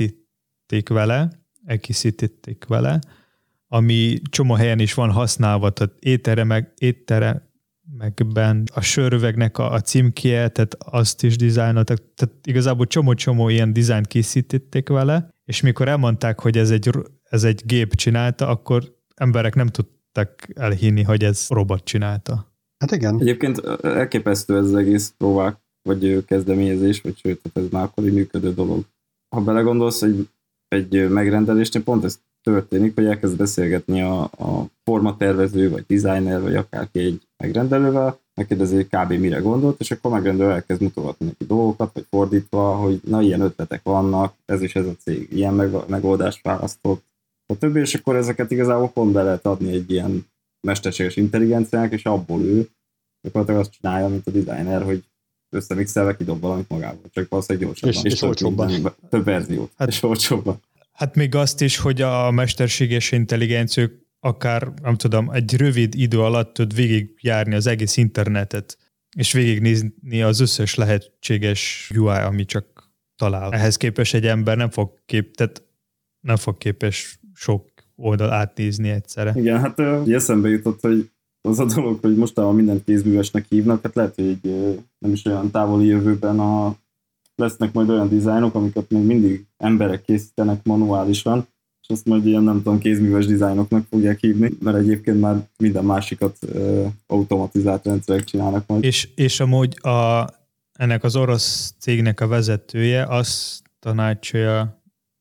elkészítették vele, ami csomó helyen is van használva, tehát étteremekben a sörüvegnek a címkéje, tehát azt is dizájnoltak, tehát igazából csomó ilyen dizájnt készítették vele, és mikor elmondták, hogy ez egy gép csinálta, akkor emberek nem tudtak elhinni, hogy ez robot csinálta. Hát igen. Egyébként elképesztő ez az egész próbák, vagy kezdeményezés, vagy sőt, ez már akkor egy működő dolog. Ha belegondolsz, egy megrendelésnél pont ez történik, hogy elkezd beszélgetni a formatervező, vagy designer, vagy akárki egy megrendelővel, megkérdezi, hogy kb. Mire gondolt, és akkor megrendelő elkezd mutogatni neki dolgokat, vagy fordítva, hogy na, ilyen ötletek vannak, ez is ez a cég, ilyen megoldást választott, a többi, és akkor ezeket igazából pont be lehet adni egy ilyen mesterséges intelligenciának, és abból ő gyakorlatilag azt csinálja, mint a designer, hogy összemixelve kidob valamit magából, csak valószínűleg gyorsabban. És olcsóbban. Több verziót, és olcsóbban. Hát még azt is, hogy a mesterséges intelligenciák akár, nem tudom, egy rövid idő alatt tud végigjárni az egész internetet, és végignézni az összes lehetséges UI, ami csak talál. Ehhez képest egy ember nem fog képes sok oldal átnézni egyszerre. Igen, hát eszembe jutott, hogy az a dolog, hogy mostanában mindent kézművesnek hívnak, hát lehet, hogy nem is olyan távoli jövőben lesznek majd olyan dizájnok, amiket még mindig emberek készítenek manuálisan, és azt majd ilyen, nem tudom, kézműves dizájnoknak fogják hívni, mert egyébként már minden másikat automatizált rendszerek csinálnak majd. És amúgy ennek az orosz cégnek a vezetője azt tanácsolja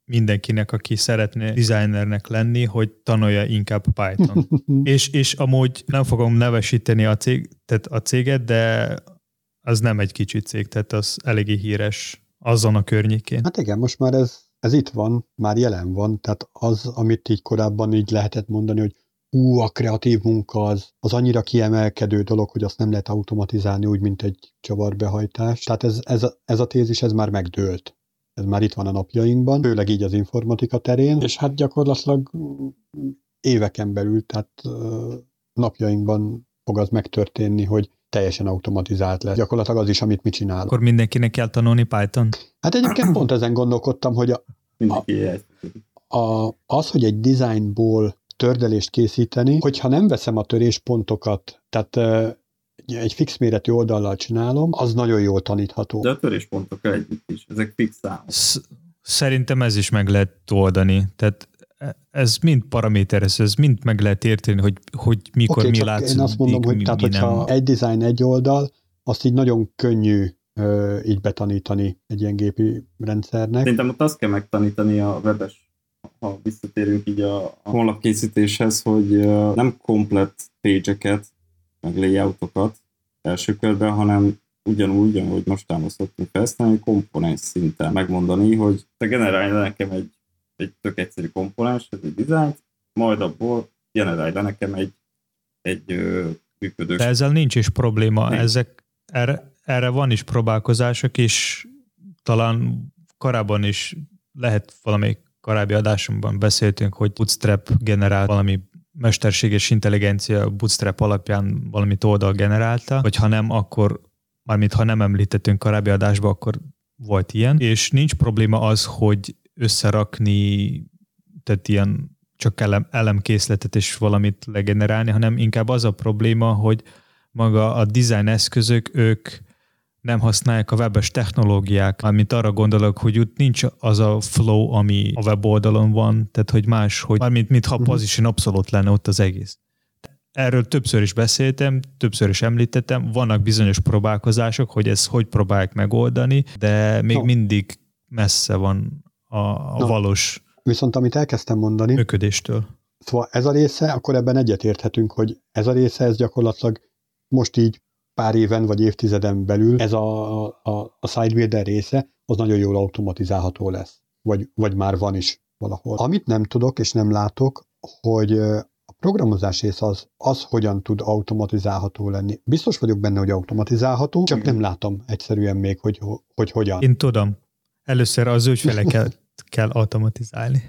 mindenkinek, aki szeretne designernek lenni, hogy tanulja inkább Python. és amúgy nem fogom nevesíteni a céget, de az nem egy kicsi cég, tehát az eléggé híres azon a környékén. Hát igen, most már ez itt van, már jelen van, tehát az, amit így korábban így lehetett mondani, hogy a kreatív munka az annyira kiemelkedő dolog, hogy azt nem lehet automatizálni úgy, mint egy csavarbehajtás. Tehát ez a tézis, ez már megdőlt. Ez már itt van a napjainkban, főleg így az informatika terén, és hát gyakorlatilag éveken belül, tehát napjainkban fog az megtörténni, hogy teljesen automatizált lesz. Gyakorlatilag az is, amit mi csinálunk. Akkor mindenkinek kell tanulni Python? Hát egyébként pont ezen gondolkodtam, hogy az, hogy egy designból tördelést készíteni, hogyha nem veszem a töréspontokat, tehát egy fix méretű oldallal csinálom, az nagyon jól tanítható. De a töréspontokkal együtt is, ezek fix számok. Szerintem ez is meg lehet oldani. Tehát ez mind paraméter, ez mind meg lehet érteni, hogy mikor mi látszik. Én azt mondom, hogy tehát, hogyha egy design egy oldal, azt így nagyon könnyű így betanítani egy ilyen gépi rendszernek. Szerintem ott azt kell megtanítani a webes, ha visszatérünk így a honlapkészítéshez, hogy nem komplett page-eket, meg layoutokat első körben, hanem ugyanúgy, ahogy mostános szoktunk felhasználni, komponens szinten megmondani, hogy te generálj le nekem egy tök egyszerű komponens, ez egy dizájnt, majd abból generálj le nekem egy működő. De ezzel nincs is probléma, erre van is próbálkozások, és talán korábban is lehet valamelyik korábbi adásomban beszéltünk, hogy Bootstrap generált valami mesterséges intelligencia Bootstrap alapján valamit oldal generálta, vagy ha nem, akkor, mármint ha nem említettünk korábbi adásban, akkor volt ilyen, és nincs probléma az, hogy összerakni, tehát ilyen csak elemkészletet és valamit legenerálni, hanem inkább az a probléma, hogy maga a design eszközök, ők nem használják a webes technológiák, mármint arra gondolok, hogy ott nincs az a flow, ami a weboldalon van, tehát hogy más, hogy mármint mintha position abszolút lenne ott az egész. Erről többször is beszéltem, többször is említettem, vannak bizonyos próbálkozások, hogy ezt hogy próbálják megoldani, de még mindig messze van a valós viszont amit elkezdtem mondani, működéstől. Szóval ez a része, akkor ebben egyetérthetünk, hogy ez a része, ez gyakorlatilag most így pár éven vagy évtizeden belül ez a SiteBuilder része, az nagyon jól automatizálható lesz. Vagy már van is valahol. Amit nem tudok és nem látok, hogy a programozás rész az hogyan tud automatizálható lenni. Biztos vagyok benne, hogy automatizálható, csak nem látom egyszerűen még, hogy hogyan. Én tudom. Először az ügyfele kell automatizálni.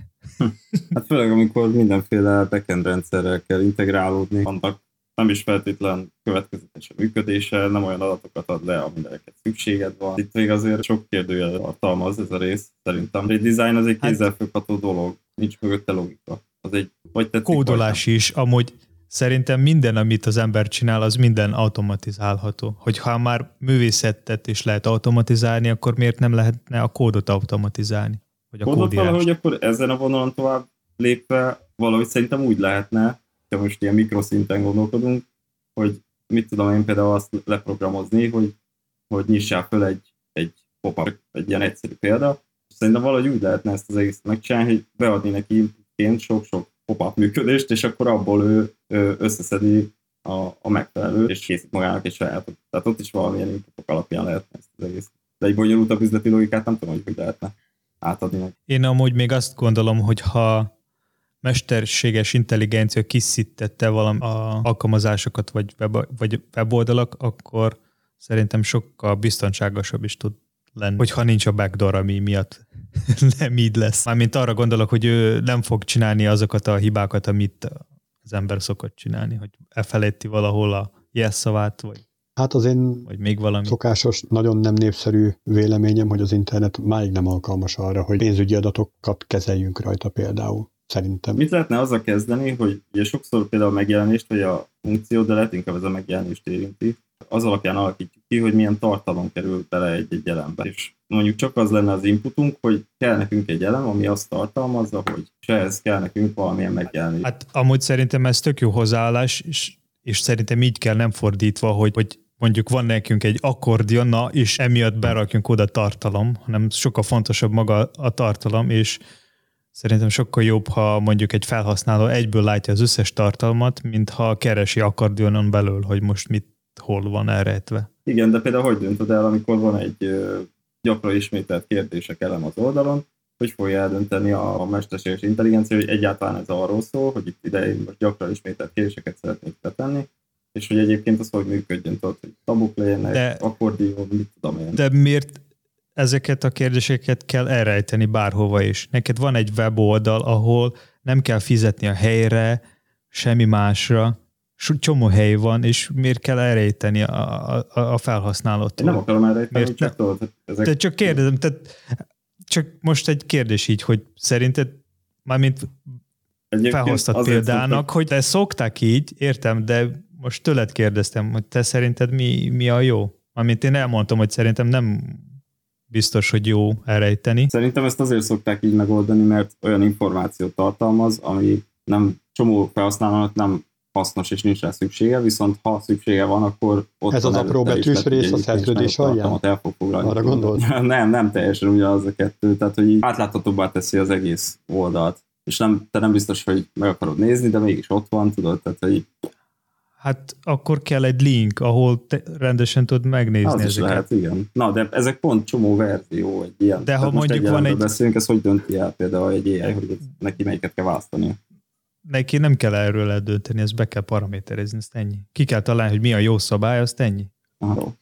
Hát főleg, amikor mindenféle backend rendszerrel kell integrálódni, annak nem is feltétlen következetes a működése, nem olyan adatokat ad le, amelyeket szükséged van. Itt még azért sok kérdőjel tartalmaz ez a rész, szerintem. Egy design az egy kézzelfogható dolog, nincs mögötte logika. Az egy vagy tetszik, kódolás is, amúgy szerintem minden, amit az ember csinál, az minden automatizálható. Hogyha már művészetet is lehet automatizálni, akkor miért nem lehetne a kódot automatizálni? Vagy a kódot valahogy akkor ezen a vonalon tovább lépve valahogy szerintem úgy lehetne, ha most ilyen mikroszinten gondolkodunk, hogy mit tudom én például azt leprogramozni, hogy nyissál föl egy pop-up, egy ilyen egyszerű példa, és szerintem valahogy úgy lehetne ezt az egészet megcsinálni, hogy beadni neki inputként sok-sok pop-up működést, és akkor abból ő összeszedi a megfelelőt, és készít magának egy sajátot. Tehát ott is valamilyen inputok alapján lehetne ezt az egész. De egy bonyolultabb üzleti logikát nem tudom, hogy lehetne átadni meg. Én amúgy még azt gondolom, hogy ha mesterséges intelligencia kiszítette valami alkalmazásokat vagy weboldalak, akkor szerintem sokkal biztonságosabb is tud lenni, hogyha nincs a backdoor, ami miatt nem így lesz. Mármint arra gondolok, hogy ő nem fog csinálni azokat a hibákat, amit az ember szokott csinálni, hogy elfelejti valahol a yes szavát, hát az én vagy még valami. Szokásos, nagyon nem népszerű véleményem, hogy az internet máig nem alkalmas arra, hogy pénzügyi adatokat kezeljünk rajta például. Szerintem. Mit lehetne azzal kezdeni, hogy ugye sokszor például a megjelenést, vagy a funkció, de lehet inkább ez a megjelenést érinti, az alapján alakítjuk ki, hogy milyen tartalom kerül bele egy elembe. És mondjuk csak az lenne az inputunk, hogy kell nekünk egy elem, ami azt tartalmazza, hogy se ez kell nekünk valamilyen megjelenés. Hát amúgy szerintem ez tök jó hozzáállás, és szerintem így kell, nem fordítva, hogy mondjuk van nekünk egy akkordion, és emiatt berakjunk oda tartalom, hanem sokkal fontosabb maga a tartalom, és Szerintem sokkal jobb, ha mondjuk egy felhasználó egyből látja az összes tartalmat, mint ha keresi akkordionon belül, hogy most hol van elrejtve. Igen, de például hogy döntöd el, amikor van egy gyakran ismételt kérdések elem az oldalon, hogy fogja eldönteni a mesterséges intelligencia, hogy egyáltalán ez arról szól, hogy itt ide most gyakran ismételt kérdéseket szeretnék betenni, és hogy egyébként az hogy működjön, tudod, hogy tabuk legyenek, akkordion, mit tudom én. De miért ezeket a kérdéseket kell elrejteni bárhova is? Neked van egy weboldal, ahol nem kell fizetni a helyre, semmi másra, csomó hely van, és miért kell elrejteni a felhasználótól? Én nem akarom elrejteni, csak tudod. Te csak kérdezem, csak most egy kérdés így, hogy szerinted, mármint felhoztad példának, hogy te szokták így, értem, de most tőled kérdeztem, hogy te szerinted mi a jó? Mármint én elmondtam, hogy szerintem nem biztos, hogy jó elrejteni. Szerintem ezt azért szokták így megoldani, mert olyan információt tartalmaz, ami nem csomó felhasználónak nem hasznos és nincs rá szüksége, viszont ha szüksége van, akkor ott ez az apró betűs rész a szerződés alján? El fog foglalni. Arra gondolsz? Nem teljesen ugyanaz a kettő, tehát hogy így átláthatóbbá teszi az egész oldalt. És te nem biztos, hogy meg akarod nézni, de mégis ott van, tudod, tehát hogy... Hát akkor kell egy link, ahol rendesen tudod megnézni az ezeket. Lehet, igen. Na, de ezek pont csomó verzió, egy ilyen. De ha mondjuk van egy... beszélünk, ez hogy dönti el például egy AI, hogy neki melyiket kell választani? Neki nem kell erről eldönteni, ezt be kell paraméterezni, ezt ennyi. Ki kell találni, hogy mi a jó szabály, azt ennyi. Aha.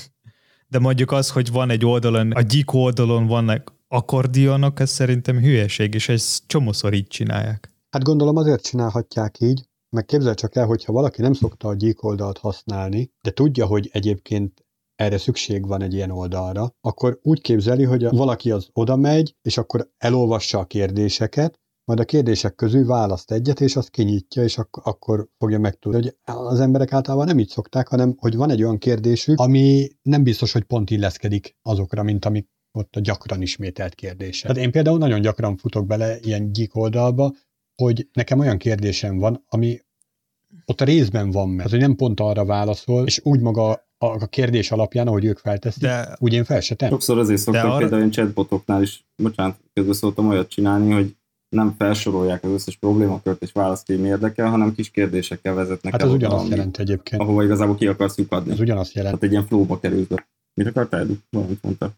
De mondjuk az, hogy van egy oldalon, a gyík oldalon vannak akkordionok, ez szerintem hülyeség, és ezt csomószor így csinálják. Hát gondolom azért csinálhatják így, meg képzel csak el, hogyha valaki nem szokta a gyík oldalt használni, de tudja, hogy egyébként erre szükség van egy ilyen oldalra, akkor úgy képzeli, hogy valaki az oda megy, és akkor elolvassa a kérdéseket, majd a kérdések közül választ egyet, és azt kinyitja, és akkor fogja megtudni. Hogy az emberek általában nem így szokták, hanem hogy van egy olyan kérdésük, ami nem biztos, hogy pont illeszkedik azokra, mint amik ott a gyakran ismételt kérdések. Tehát én például nagyon gyakran futok bele ilyen gyík oldalba, hogy nekem olyan kérdésem van, ami ott a részben van meg, tehát, hogy nem pont arra válaszol, és úgy maga a kérdés alapján, ahogy ők felteszik, úgy én fel se tenni. Sokszor azért szoktak például én chatbotoknál is, bocsánat, közben szóltam olyat csinálni, hogy nem felsorolják az összes problémakört és választ, hogy mi érdekel, hanem kis kérdésekkel vezetnek el. Hát ez ugyanazt jelent egyébként. Ahova igazából ki akarsz lyukadni. Ez ugyanazt jelent. Tehát egy ilyen flowba kerülsz be. Mit akartál, Edu? Valamit mondtál.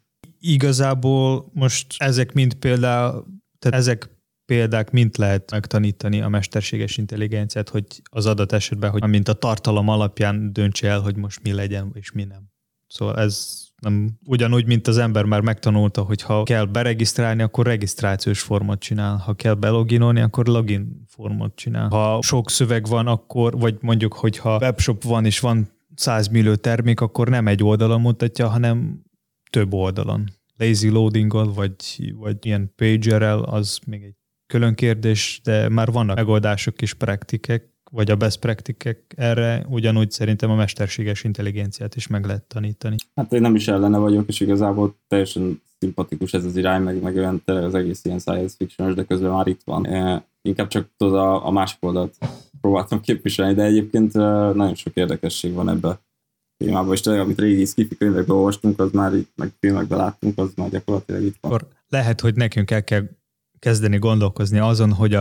Igazából most ezek mind például, tehát ezek példák mind lehet megtanítani a mesterséges intelligenciát, hogy az adat esetben, hogy mint a tartalom alapján döntse el, hogy most mi legyen és mi nem. Szóval ez nem ugyanúgy, mint az ember már megtanulta, hogy ha kell beregisztrálni, akkor regisztrációs formot csinál. Ha kell beloginolni, akkor login formot csinál. Ha sok szöveg van, akkor, vagy mondjuk, hogyha webshop van és van 100 millió termék, akkor nem egy oldalon mutatja, hanem több oldalon. Lazy loading-ol, vagy ilyen pagerrel, az még egy külön kérdés, de már vannak megoldások és praktikek, vagy a best praktikek erre, ugyanúgy szerintem a mesterséges intelligenciát is meg lehet tanítani. Hát én nem is ellene vagyok, és igazából teljesen szimpatikus ez az irány, meg olyan az egész ilyen science fiction, de közben már itt van. Inkább csak tudod a másik oldalt próbáltam képviselni, de egyébként nagyon sok érdekesség van ebben a témában, és tényleg, amit régi sci-fi könyvekben olvastunk, az már itt, meg filmekben láttunk, az már gyakorlatilag itt van. Akkor lehet, hogy nekünk el kell kezdeni gondolkozni azon, hogy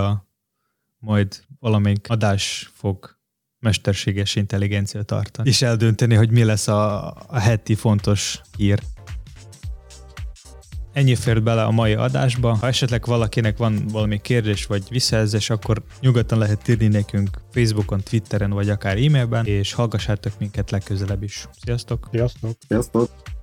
majd valamelyik adás fog mesterséges intelligencia tartani, és eldönteni, hogy mi lesz a heti fontos hír. Ennyi fért bele a mai adásba. Ha esetleg valakinek van valami kérdés vagy visszajelzés, akkor nyugodtan lehet írni nekünk Facebookon, Twitteren vagy akár e-mailben, és hallgassátok minket legközelebb is. Sziasztok! Sziasztok! Sziasztok!